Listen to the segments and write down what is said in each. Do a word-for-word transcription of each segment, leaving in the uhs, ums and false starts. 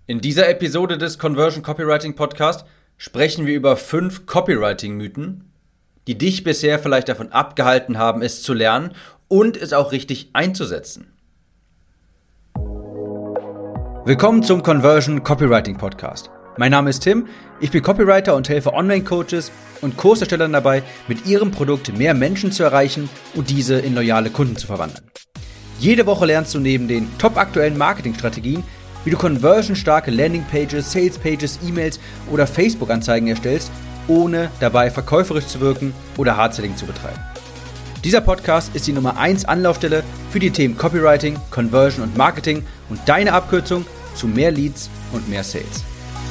In dieser Episode des Conversion Copywriting Podcast sprechen wir über fünf Copywriting-Mythen, die dich bisher vielleicht davon abgehalten haben, es zu lernen und es auch richtig einzusetzen. Willkommen zum Conversion Copywriting Podcast. Mein Name ist Tim, ich bin Copywriter und helfe Online-Coaches und Kurserstellern dabei, mit ihrem Produkt mehr Menschen zu erreichen und diese in loyale Kunden zu verwandeln. Jede Woche lernst du neben den top aktuellen Marketingstrategien, wie du conversionstarke Landingpages, Salespages, E-Mails oder Facebook-Anzeigen erstellst, ohne dabei verkäuferisch zu wirken oder Hardselling zu betreiben. Dieser Podcast ist die Nummer eins Anlaufstelle für die Themen Copywriting, Conversion und Marketing und deine Abkürzung zu mehr Leads und mehr Sales.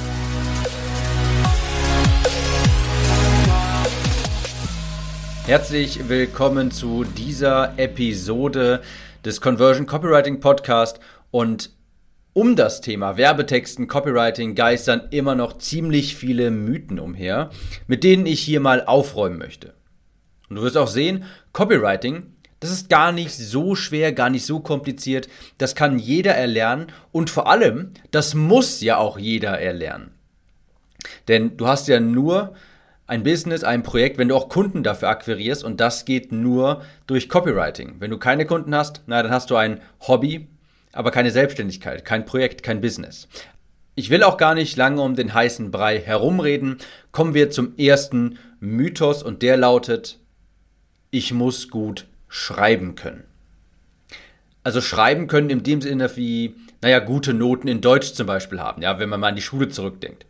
Herzlich willkommen zu dieser Episode des Conversion Copywriting Podcast und um das Thema Werbetexten, Copywriting geistern immer noch ziemlich viele Mythen umher, mit denen ich hier mal aufräumen möchte. Und du wirst auch sehen, Copywriting, das ist gar nicht so schwer, gar nicht so kompliziert, das kann jeder erlernen und vor allem, das muss ja auch jeder erlernen. Denn du hast ja nur ein Business, ein Projekt, wenn du auch Kunden dafür akquirierst und das geht nur durch Copywriting. Wenn du keine Kunden hast, na, dann hast du ein Hobby, aber keine Selbstständigkeit, kein Projekt, kein Business. Ich will auch gar nicht lange um den heißen Brei herumreden. Kommen wir zum ersten Mythos und der lautet, ich muss gut schreiben können. Also schreiben können in dem Sinne wie, naja, gute Noten in Deutsch zum Beispiel haben, ja, wenn man mal an die Schule zurückdenkt.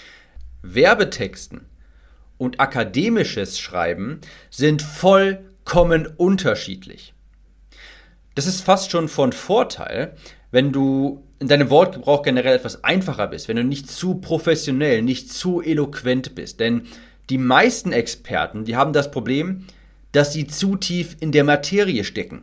Werbetexten und akademisches Schreiben sind vollkommen unterschiedlich. Das ist fast schon von Vorteil, wenn du in deinem Wortgebrauch generell etwas einfacher bist, wenn du nicht zu professionell, nicht zu eloquent bist. Denn die meisten Experten, die haben das Problem, dass sie zu tief in der Materie stecken.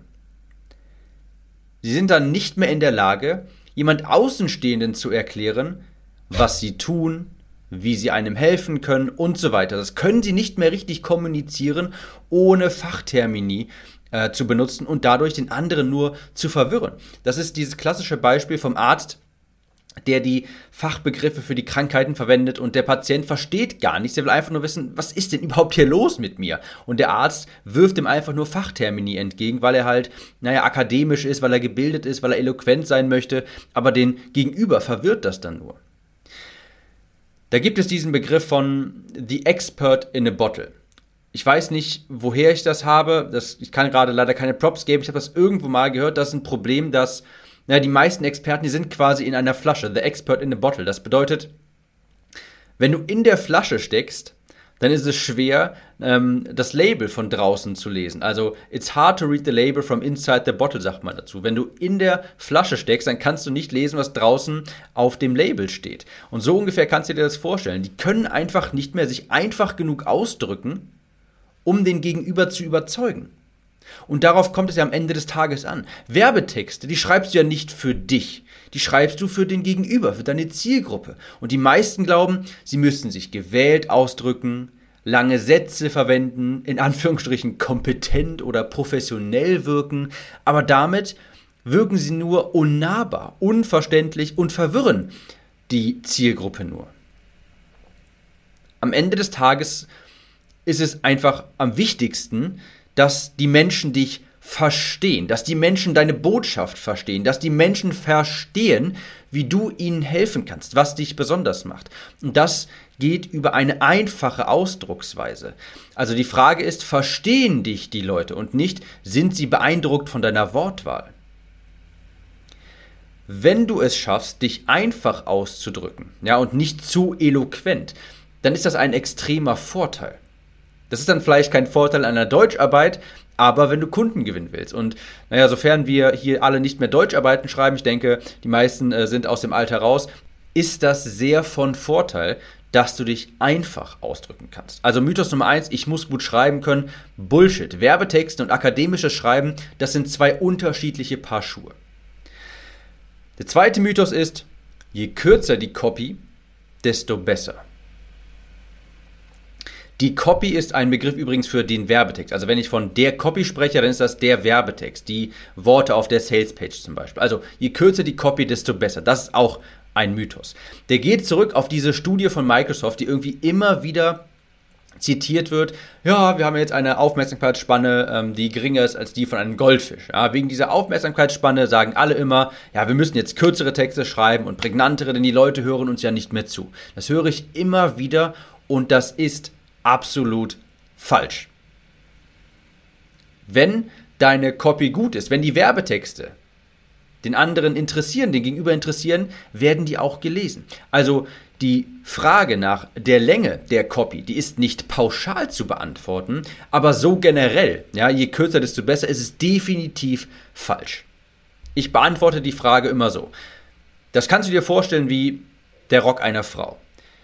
Sie sind dann nicht mehr in der Lage, jemand Außenstehenden zu erklären, was sie tun, wie sie einem helfen können und so weiter. Das können sie nicht mehr richtig kommunizieren, ohne Fachtermini äh, zu benutzen und dadurch den anderen nur zu verwirren. Das ist dieses klassische Beispiel vom Arzt, der die Fachbegriffe für die Krankheiten verwendet und der Patient versteht gar nichts. Der will einfach nur wissen, was ist denn überhaupt hier los mit mir? Und der Arzt wirft ihm einfach nur Fachtermini entgegen, weil er halt, naja, akademisch ist, weil er gebildet ist, weil er eloquent sein möchte, aber den Gegenüber verwirrt das dann nur. Da gibt es diesen Begriff von the expert in a bottle. Ich weiß nicht, woher ich das habe. Das, ich kann gerade leider keine Props geben. Ich habe das irgendwo mal gehört. Das ist ein Problem, dass na, die meisten Experten, die sind quasi in einer Flasche. The expert in a bottle. Das bedeutet, wenn du in der Flasche steckst, dann ist es schwer, ähm, das Label von draußen zu lesen. Also, it's hard to read the label from inside the bottle, sagt man dazu. Wenn du in der Flasche steckst, dann kannst du nicht lesen, was draußen auf dem Label steht. Und so ungefähr kannst du dir das vorstellen. Die können einfach nicht mehr sich einfach genug ausdrücken, um den Gegenüber zu überzeugen. Und darauf kommt es ja am Ende des Tages an. Werbetexte, die schreibst du ja nicht für dich. Die schreibst du für den Gegenüber, für deine Zielgruppe. Und die meisten glauben, sie müssten sich gewählt ausdrücken, lange Sätze verwenden, in Anführungsstrichen kompetent oder professionell wirken. Aber damit wirken sie nur unnahbar, unverständlich und verwirren die Zielgruppe nur. Am Ende des Tages ist es einfach am wichtigsten, dass die Menschen dich verstehen, dass die Menschen deine Botschaft verstehen, dass die Menschen verstehen, wie du ihnen helfen kannst, was dich besonders macht. Und das geht über eine einfache Ausdrucksweise. Also die Frage ist, verstehen dich die Leute und nicht, sind sie beeindruckt von deiner Wortwahl? Wenn du es schaffst, dich einfach auszudrücken, ja, und nicht zu eloquent, dann ist das ein extremer Vorteil. Das ist dann vielleicht kein Vorteil einer Deutscharbeit, aber wenn du Kunden gewinnen willst. Und naja, sofern wir hier alle nicht mehr Deutscharbeiten schreiben, ich denke, die meisten äh, sind aus dem Alter raus, ist das sehr von Vorteil, dass du dich einfach ausdrücken kannst. Also Mythos Nummer eins, ich muss gut schreiben können, Bullshit. Werbetexte und akademisches Schreiben, das sind zwei unterschiedliche Paar Schuhe. Der zweite Mythos ist, je kürzer die Copy, desto besser. Die Copy ist ein Begriff übrigens für den Werbetext. Also wenn ich von der Copy spreche, dann ist das der Werbetext, die Worte auf der Salespage zum Beispiel. Also je kürzer die Copy, desto besser. Das ist auch ein Mythos. Der geht zurück auf diese Studie von Microsoft, die irgendwie immer wieder zitiert wird. Ja, wir haben jetzt eine Aufmerksamkeitsspanne, ähm, die geringer ist als die von einem Goldfisch. Ja, wegen dieser Aufmerksamkeitsspanne sagen alle immer, ja, wir müssen jetzt kürzere Texte schreiben und prägnantere, denn die Leute hören uns ja nicht mehr zu. Das höre ich immer wieder und das ist absolut falsch. Wenn deine Copy gut ist, wenn die Werbetexte den anderen interessieren, den Gegenüber interessieren, werden die auch gelesen. Also die Frage nach der Länge der Copy, die ist nicht pauschal zu beantworten, aber so generell, ja, je kürzer, desto besser, ist es definitiv falsch. Ich beantworte die Frage immer so. Das kannst du dir vorstellen wie der Rock einer Frau.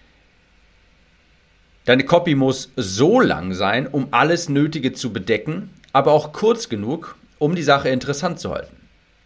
Deine Copy muss so lang sein, um alles Nötige zu bedecken, aber auch kurz genug, um die Sache interessant zu halten.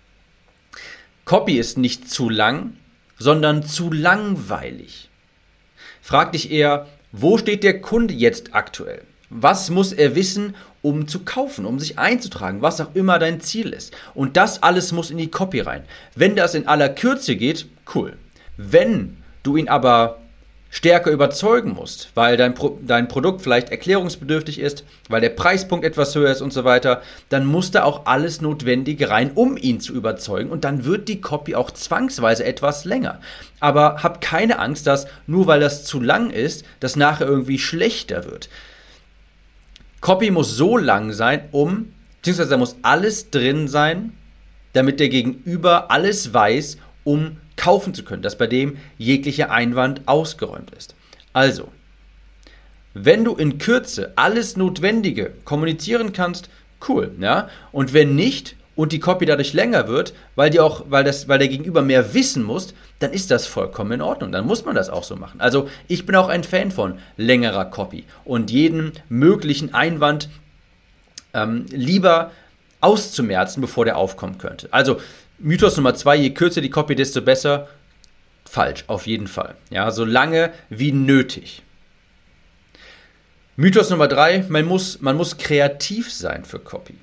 Copy ist nicht zu lang, sondern zu langweilig. Frag dich eher, wo steht der Kunde jetzt aktuell? Was muss er wissen, um zu kaufen, um sich einzutragen, was auch immer dein Ziel ist? Und das alles muss in die Copy rein. Wenn das in aller Kürze geht, cool. Wenn du ihn aber stärker überzeugen musst, weil dein, Pro- dein Produkt vielleicht erklärungsbedürftig ist, weil der Preispunkt etwas höher ist und so weiter, dann muss da auch alles Notwendige rein, um ihn zu überzeugen und dann wird die Copy auch zwangsweise etwas länger. Aber hab keine Angst, dass nur weil das zu lang ist, das nachher irgendwie schlechter wird. Copy muss so lang sein, um, beziehungsweise da muss alles drin sein, damit der Gegenüber alles weiß, um kaufen zu können, dass bei dem jeglicher Einwand ausgeräumt ist. Also, wenn du in Kürze alles Notwendige kommunizieren kannst, cool, ja? Und wenn nicht und die Copy dadurch länger wird, weil die auch, weil das, weil der Gegenüber mehr wissen muss, dann ist das vollkommen in Ordnung. Dann muss man das auch so machen. Also, ich bin auch ein Fan von längerer Copy und jeden möglichen Einwand ähm, lieber auszumerzen, bevor der aufkommen könnte. Also Mythos Nummer zwei, je kürzer die Copy, desto besser. Falsch, auf jeden Fall. Ja, so lange wie nötig. Mythos Nummer drei, man muss, man muss kreativ sein für Copy.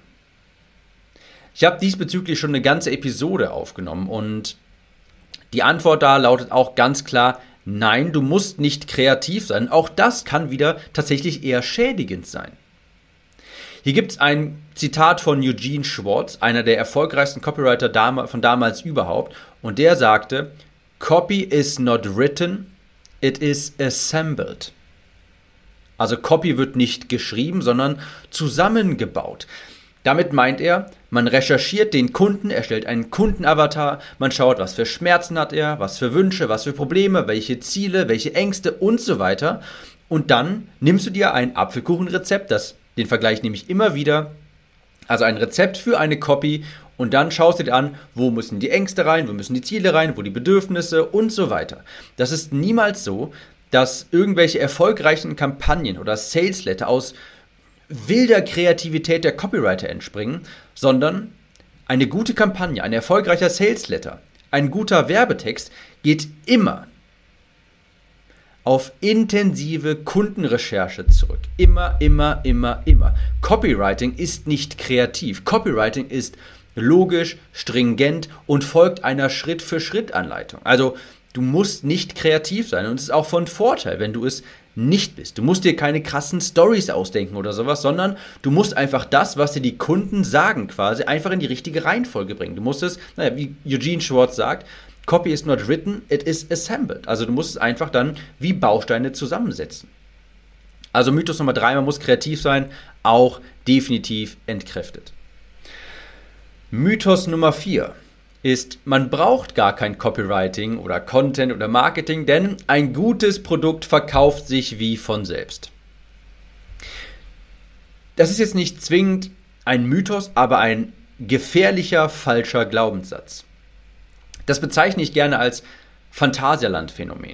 Ich habe diesbezüglich schon eine ganze Episode aufgenommen und die Antwort da lautet auch ganz klar, nein, du musst nicht kreativ sein. Auch das kann wieder tatsächlich eher schädigend sein. Hier gibt es ein Zitat von Eugene Schwartz, einer der erfolgreichsten Copywriter von damals überhaupt, und der sagte, Copy is not written, it is assembled. Also Copy wird nicht geschrieben, sondern zusammengebaut. Damit meint er, man recherchiert den Kunden, erstellt einen Kundenavatar, man schaut, was für Schmerzen hat er, was für Wünsche, was für Probleme, welche Ziele, welche Ängste und so weiter. Und dann nimmst du dir ein Apfelkuchenrezept, das den Vergleich nehme ich immer wieder. Also ein Rezept für eine Copy und dann schaust du dir an, wo müssen die Ängste rein, wo müssen die Ziele rein, wo die Bedürfnisse und so weiter. Das ist niemals so, dass irgendwelche erfolgreichen Kampagnen oder Salesletter aus wilder Kreativität der Copywriter entspringen, sondern eine gute Kampagne, ein erfolgreicher Salesletter, ein guter Werbetext geht immer auf intensive Kundenrecherche zurück. Immer, immer, immer, immer. Copywriting ist nicht kreativ. Copywriting ist logisch, stringent und folgt einer Schritt-für-Schritt-Anleitung. Also du musst nicht kreativ sein und es ist auch von Vorteil, wenn du es nicht bist. Du musst dir keine krassen Stories ausdenken oder sowas, sondern du musst einfach das, was dir die Kunden sagen quasi, einfach in die richtige Reihenfolge bringen. Du musst es, naja, wie Eugene Schwartz sagt, Copy is not written, it is assembled. Also du musst es einfach dann wie Bausteine zusammensetzen. Also Mythos Nummer drei, man muss kreativ sein, auch definitiv entkräftet. Mythos Nummer vier ist, man braucht gar kein Copywriting oder Content oder Marketing, denn ein gutes Produkt verkauft sich wie von selbst. Das ist jetzt nicht zwingend ein Mythos, aber ein gefährlicher, falscher Glaubenssatz. Das bezeichne ich gerne als Phantasialand-Phänomen.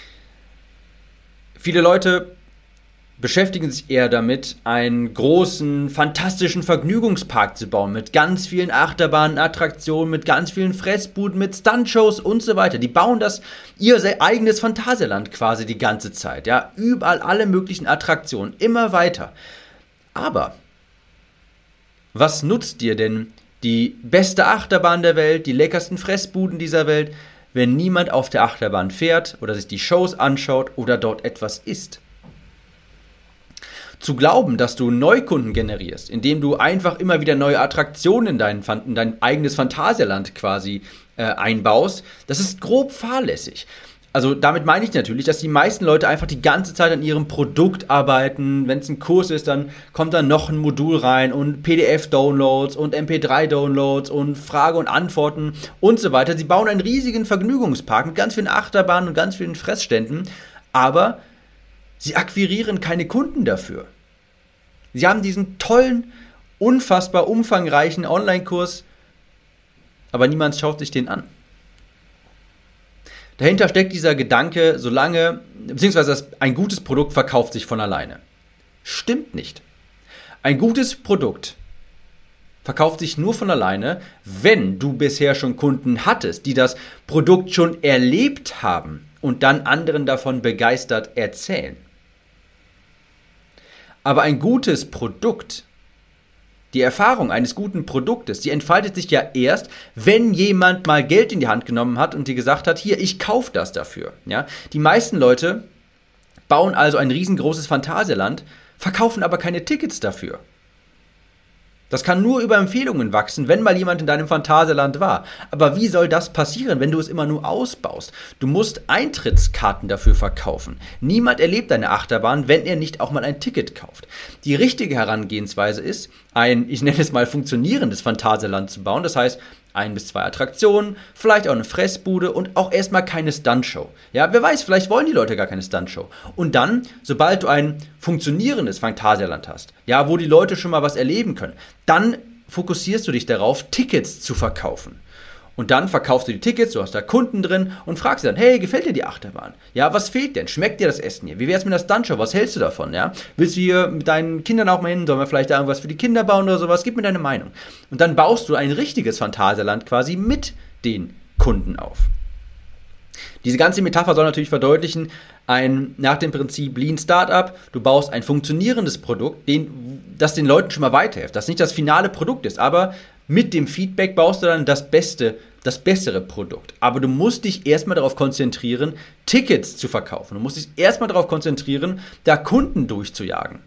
Viele Leute beschäftigen sich eher damit, einen großen, fantastischen Vergnügungspark zu bauen, mit ganz vielen Achterbahnen, Attraktionen, mit ganz vielen Fressbuden, mit Stuntshows und so weiter. Die bauen das, ihr eigenes Phantasialand quasi die ganze Zeit. Ja, überall alle möglichen Attraktionen, immer weiter. Aber was nutzt dir denn die beste Achterbahn der Welt, die leckersten Fressbuden dieser Welt, wenn niemand auf der Achterbahn fährt oder sich die Shows anschaut oder dort etwas isst. Zu glauben, dass du Neukunden generierst, indem du einfach immer wieder neue Attraktionen in dein, in dein eigenes Phantasialand quasi äh, einbaust, das ist grob fahrlässig. Also damit meine ich natürlich, dass die meisten Leute einfach die ganze Zeit an ihrem Produkt arbeiten. Wenn es ein Kurs ist, dann kommt da noch ein Modul rein und P D F-Downloads und M P drei Downloads und Frage und Antworten und so weiter. Sie bauen einen riesigen Vergnügungspark mit ganz vielen Achterbahnen und ganz vielen Fressständen, aber sie akquirieren keine Kunden dafür. Sie haben diesen tollen, unfassbar umfangreichen Online-Kurs, aber niemand schaut sich den an. Dahinter steckt dieser Gedanke, solange, beziehungsweise ein gutes Produkt verkauft sich von alleine. Stimmt nicht. Ein gutes Produkt verkauft sich nur von alleine, wenn du bisher schon Kunden hattest, die das Produkt schon erlebt haben und dann anderen davon begeistert erzählen. Aber ein gutes Produkt, die Erfahrung eines guten Produktes, die entfaltet sich ja erst, wenn jemand mal Geld in die Hand genommen hat und dir gesagt hat, hier, ich kaufe das dafür. Ja? Die meisten Leute bauen also ein riesengroßes Phantasialand, verkaufen aber keine Tickets dafür. Das kann nur über Empfehlungen wachsen, wenn mal jemand in deinem Phantasialand war. Aber wie soll das passieren, wenn du es immer nur ausbaust? Du musst Eintrittskarten dafür verkaufen. Niemand erlebt deine Achterbahn, wenn er nicht auch mal ein Ticket kauft. Die richtige Herangehensweise ist, ein, ich nenne es mal, funktionierendes Phantasialand zu bauen. Das heißt, ein bis zwei Attraktionen, vielleicht auch eine Fressbude und auch erstmal keine Stuntshow. Ja, wer weiß, vielleicht wollen die Leute gar keine Stuntshow. Und dann, sobald du ein funktionierendes Phantasialand hast, ja, wo die Leute schon mal was erleben können, dann fokussierst du dich darauf, Tickets zu verkaufen. Und dann verkaufst du die Tickets, du hast da Kunden drin und fragst sie dann, hey, gefällt dir die Achterbahn? Ja, was fehlt denn? Schmeckt dir das Essen hier? Wie wär's mit der Stuntshow? Was hältst du davon? Ja? Willst du hier mit deinen Kindern auch mal hin? Sollen wir vielleicht da irgendwas für die Kinder bauen oder sowas? Gib mir deine Meinung. Und dann baust du ein richtiges Phantasialand quasi mit den Kunden auf. Diese ganze Metapher soll natürlich verdeutlichen, ein, nach dem Prinzip Lean Startup, du baust ein funktionierendes Produkt, den, das den Leuten schon mal weiterhilft, das nicht das finale Produkt ist, aber mit dem Feedback baust du dann das beste, das bessere Produkt. Aber du musst dich erstmal darauf konzentrieren, Tickets zu verkaufen. Du musst dich erstmal darauf konzentrieren, da Kunden durchzujagen.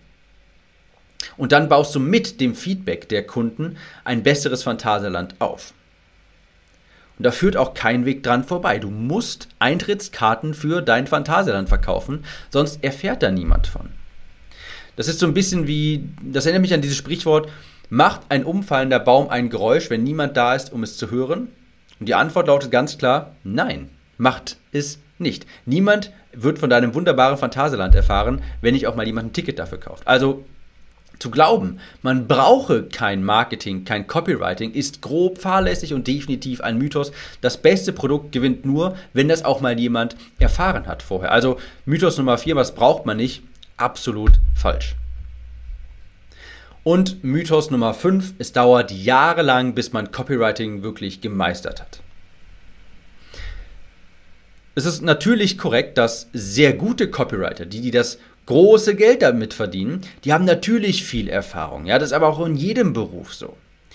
Und dann baust du mit dem Feedback der Kunden ein besseres Phantasialand auf. Und da führt auch kein Weg dran vorbei. Du musst Eintrittskarten für dein Phantasialand verkaufen, sonst erfährt da niemand von. Das ist so ein bisschen wie, das erinnert mich an dieses Sprichwort, macht ein umfallender Baum ein Geräusch, wenn niemand da ist, um es zu hören? Und die Antwort lautet ganz klar, nein, macht es nicht. Niemand wird von deinem wunderbaren Phantasialand erfahren, wenn nicht auch mal jemand ein Ticket dafür kauft. Also zu glauben, man brauche kein Marketing, kein Copywriting, ist grob fahrlässig und definitiv ein Mythos. Das beste Produkt gewinnt nur, wenn das auch mal jemand erfahren hat vorher. Also Mythos Nummer vier, was braucht man nicht? Absolut falsch. Und Mythos Nummer fünf, es dauert jahrelang, bis man Copywriting wirklich gemeistert hat. Es ist natürlich korrekt, dass sehr gute Copywriter, die, die das große Geld damit verdienen, die haben natürlich viel Erfahrung. Ja, das ist aber auch in jedem Beruf so.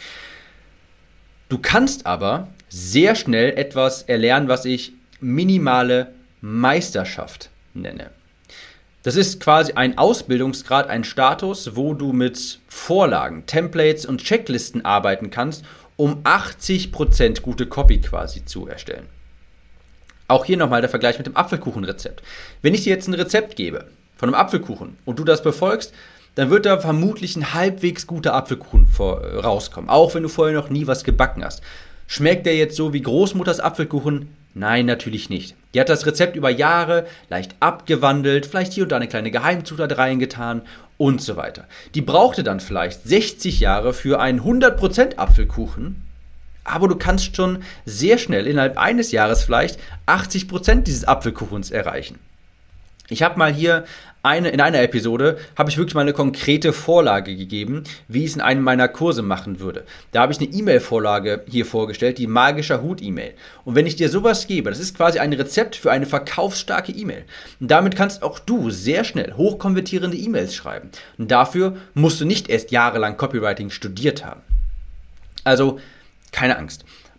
Du kannst aber sehr schnell etwas erlernen, was ich minimale Meisterschaft nenne. Das ist quasi ein Ausbildungsgrad, ein Status, wo du mit Vorlagen, Templates und Checklisten arbeiten kannst, um achtzig Prozent gute Copy quasi zu erstellen. Auch hier nochmal der Vergleich mit dem Apfelkuchenrezept. Wenn ich dir jetzt ein Rezept gebe von einem Apfelkuchen und du das befolgst, dann wird da vermutlich ein halbwegs guter Apfelkuchen vor, äh, rauskommen, auch wenn du vorher noch nie was gebacken hast. Schmeckt der jetzt so wie Großmutters Apfelkuchen? Nein, natürlich nicht. Die hat das Rezept über Jahre leicht abgewandelt, vielleicht hier und da eine kleine Geheimzutat reingetan und so weiter. Die brauchte dann vielleicht sechzig Jahre für einen hundert Prozent Apfelkuchen, aber du kannst schon sehr schnell innerhalb eines Jahres vielleicht achtzig Prozent dieses Apfelkuchens erreichen. Ich habe mal hier eine, in einer Episode, habe ich wirklich mal eine konkrete Vorlage gegeben, wie ich es in einem meiner Kurse machen würde. Da habe ich eine E-Mail-Vorlage hier vorgestellt, die Magischer Hut-E-Mail. Und wenn ich dir sowas gebe, das ist quasi ein Rezept für eine verkaufsstarke E-Mail. Und damit kannst auch du sehr schnell hochkonvertierende E-Mails schreiben. Und dafür musst du nicht erst jahrelang Copywriting studiert haben. Also keine Angst.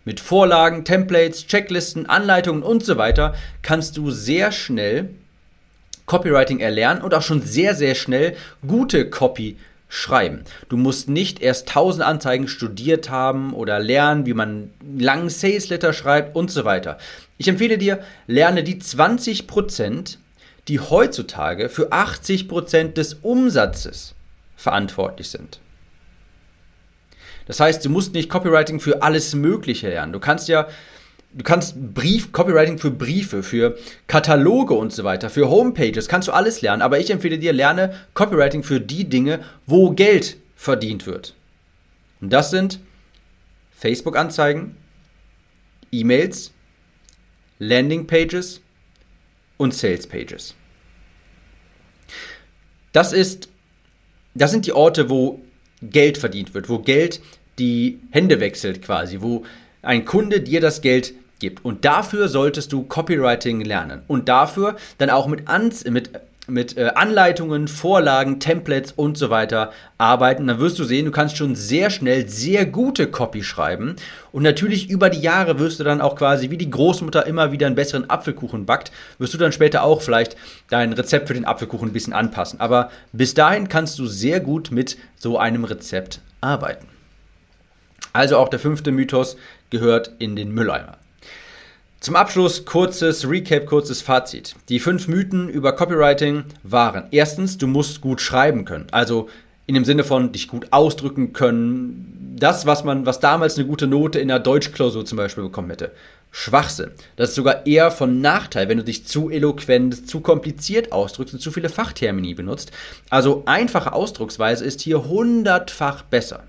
mit Vorlagen, Templates, Checklisten, Anleitungen und so weiter kannst du sehr schnell Copywriting erlernen und auch schon sehr, sehr schnell gute Copy schreiben. Du musst nicht erst tausend Anzeigen studiert haben oder lernen, wie man einen langen Sales Letter schreibt und so weiter. Ich empfehle dir, lerne die zwanzig Prozent, die heutzutage für achtzig Prozent des Umsatzes verantwortlich sind. Das heißt, du musst nicht Copywriting für alles Mögliche lernen. Du kannst ja Du kannst Brief, Copywriting für Briefe, für Kataloge und so weiter, für Homepages, kannst du alles lernen. Aber ich empfehle dir, lerne Copywriting für die Dinge, wo Geld verdient wird. Und das sind Facebook-Anzeigen, E-Mails, Landingpages und Salespages. Das ist, das sind die Orte, wo Geld verdient wird, wo Geld die Hände wechselt quasi, wo ein Kunde dir das Geld gibt. Und dafür solltest du Copywriting lernen. Und dafür dann auch mit, An- mit, mit äh, Anleitungen, Vorlagen, Templates und so weiter arbeiten. Dann wirst du sehen, du kannst schon sehr schnell sehr gute Copy schreiben. Und natürlich über die Jahre wirst du dann auch quasi, wie die Großmutter immer wieder einen besseren Apfelkuchen backt, wirst du dann später auch vielleicht dein Rezept für den Apfelkuchen ein bisschen anpassen. Aber bis dahin kannst du sehr gut mit so einem Rezept arbeiten. Also auch der fünfte Mythos gehört in den Mülleimer. Zum Abschluss kurzes Recap, kurzes Fazit. Die fünf Mythen über Copywriting waren: Erstens, du musst gut schreiben können. Also in dem Sinne von dich gut ausdrücken können. Das, was man, was damals eine gute Note in der Deutschklausur zum Beispiel bekommen hätte. Schwachsinn. Das ist sogar eher von Nachteil, wenn du dich zu eloquent, zu kompliziert ausdrückst und zu viele Fachtermini benutzt. Also einfache Ausdrucksweise ist hier hundertfach besser.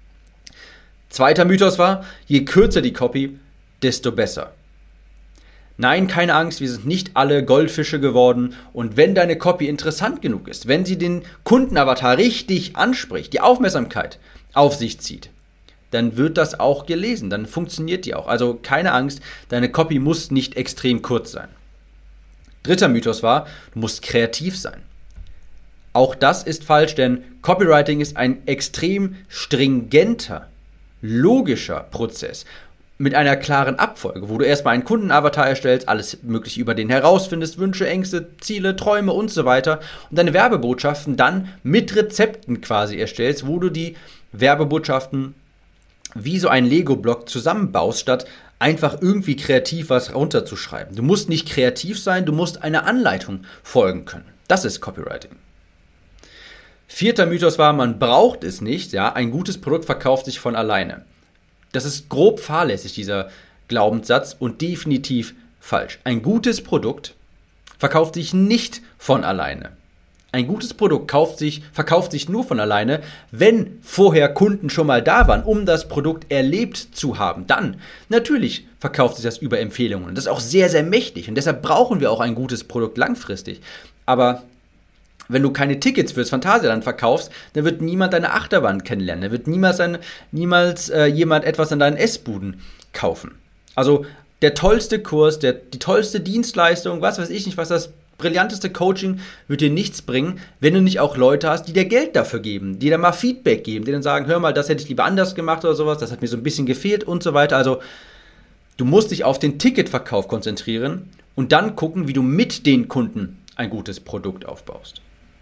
Zweiter Mythos war, je kürzer die Copy, desto besser. Nein, keine Angst, wir sind nicht alle Goldfische geworden, und wenn deine Copy interessant genug ist, wenn sie den Kundenavatar richtig anspricht, die Aufmerksamkeit auf sich zieht, dann wird das auch gelesen, dann funktioniert die auch. Also keine Angst, deine Copy muss nicht extrem kurz sein. Dritter Mythos war, du musst kreativ sein. Auch das ist falsch, denn Copywriting ist ein extrem stringenter, logischer Prozess mit einer klaren Abfolge, wo du erstmal einen Kundenavatar erstellst, alles Mögliche über den herausfindest, Wünsche, Ängste, Ziele, Träume und so weiter, und deine Werbebotschaften dann mit Rezepten quasi erstellst, wo du die Werbebotschaften wie so ein Lego-Block zusammenbaust, statt einfach irgendwie kreativ was runterzuschreiben. Du musst nicht kreativ sein, du musst einer Anleitung folgen können. Das ist Copywriting. Vierter Mythos war, man braucht es nicht, ja, ein gutes Produkt verkauft sich von alleine. Das ist grob fahrlässig, dieser Glaubenssatz, und definitiv falsch. Ein gutes Produkt verkauft sich nicht von alleine. Ein gutes Produkt kauft sich, verkauft sich nur von alleine, wenn vorher Kunden schon mal da waren, um das Produkt erlebt zu haben. Dann, natürlich, verkauft sich das über Empfehlungen. Das ist auch sehr, sehr mächtig, und deshalb brauchen wir auch ein gutes Produkt langfristig. Aber wenn du keine Tickets fürs Phantasialand verkaufst, dann wird niemand deine Achterbahn kennenlernen. Dann wird niemals, ein, niemals äh, jemand etwas an deinen Essbuden kaufen. Also der tollste Kurs, der, die tollste Dienstleistung, was weiß ich nicht, was das brillanteste Coaching wird dir nichts bringen, wenn du nicht auch Leute hast, die dir Geld dafür geben, die dir mal Feedback geben, die dann sagen, hör mal, das hätte ich lieber anders gemacht oder sowas, das hat mir so ein bisschen gefehlt und so weiter. Also du musst dich auf den Ticketverkauf konzentrieren und dann gucken, wie du mit den Kunden ein gutes Produkt aufbaust.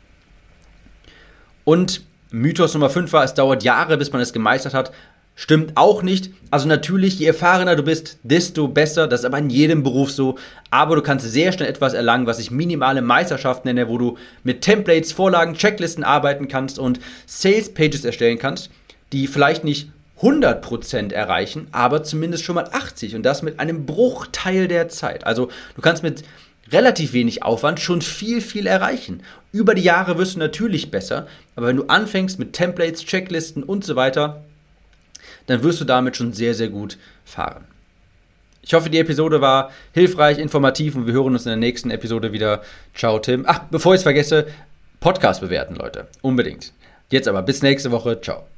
Und Mythos Nummer fünf war, es dauert Jahre, bis man es gemeistert hat. Stimmt auch nicht. Also natürlich, je erfahrener du bist, desto besser. Das ist aber in jedem Beruf so. Aber du kannst sehr schnell etwas erlangen, was ich minimale Meisterschaft nenne, wo du mit Templates, Vorlagen, Checklisten arbeiten kannst und Sales Pages erstellen kannst, die vielleicht nicht hundert Prozent erreichen, aber zumindest schon mal achtzig Prozent, und das mit einem Bruchteil der Zeit. Also du kannst mit relativ wenig Aufwand schon viel, viel erreichen. Über die Jahre wirst du natürlich besser, aber wenn du anfängst mit Templates, Checklisten und so weiter, dann wirst du damit schon sehr, sehr gut fahren. Ich hoffe, die Episode war hilfreich, informativ, und wir hören uns in der nächsten Episode wieder. Ciao, Tim. Ach, bevor ich es vergesse, Podcast bewerten, Leute. Unbedingt. Jetzt aber bis nächste Woche. Ciao.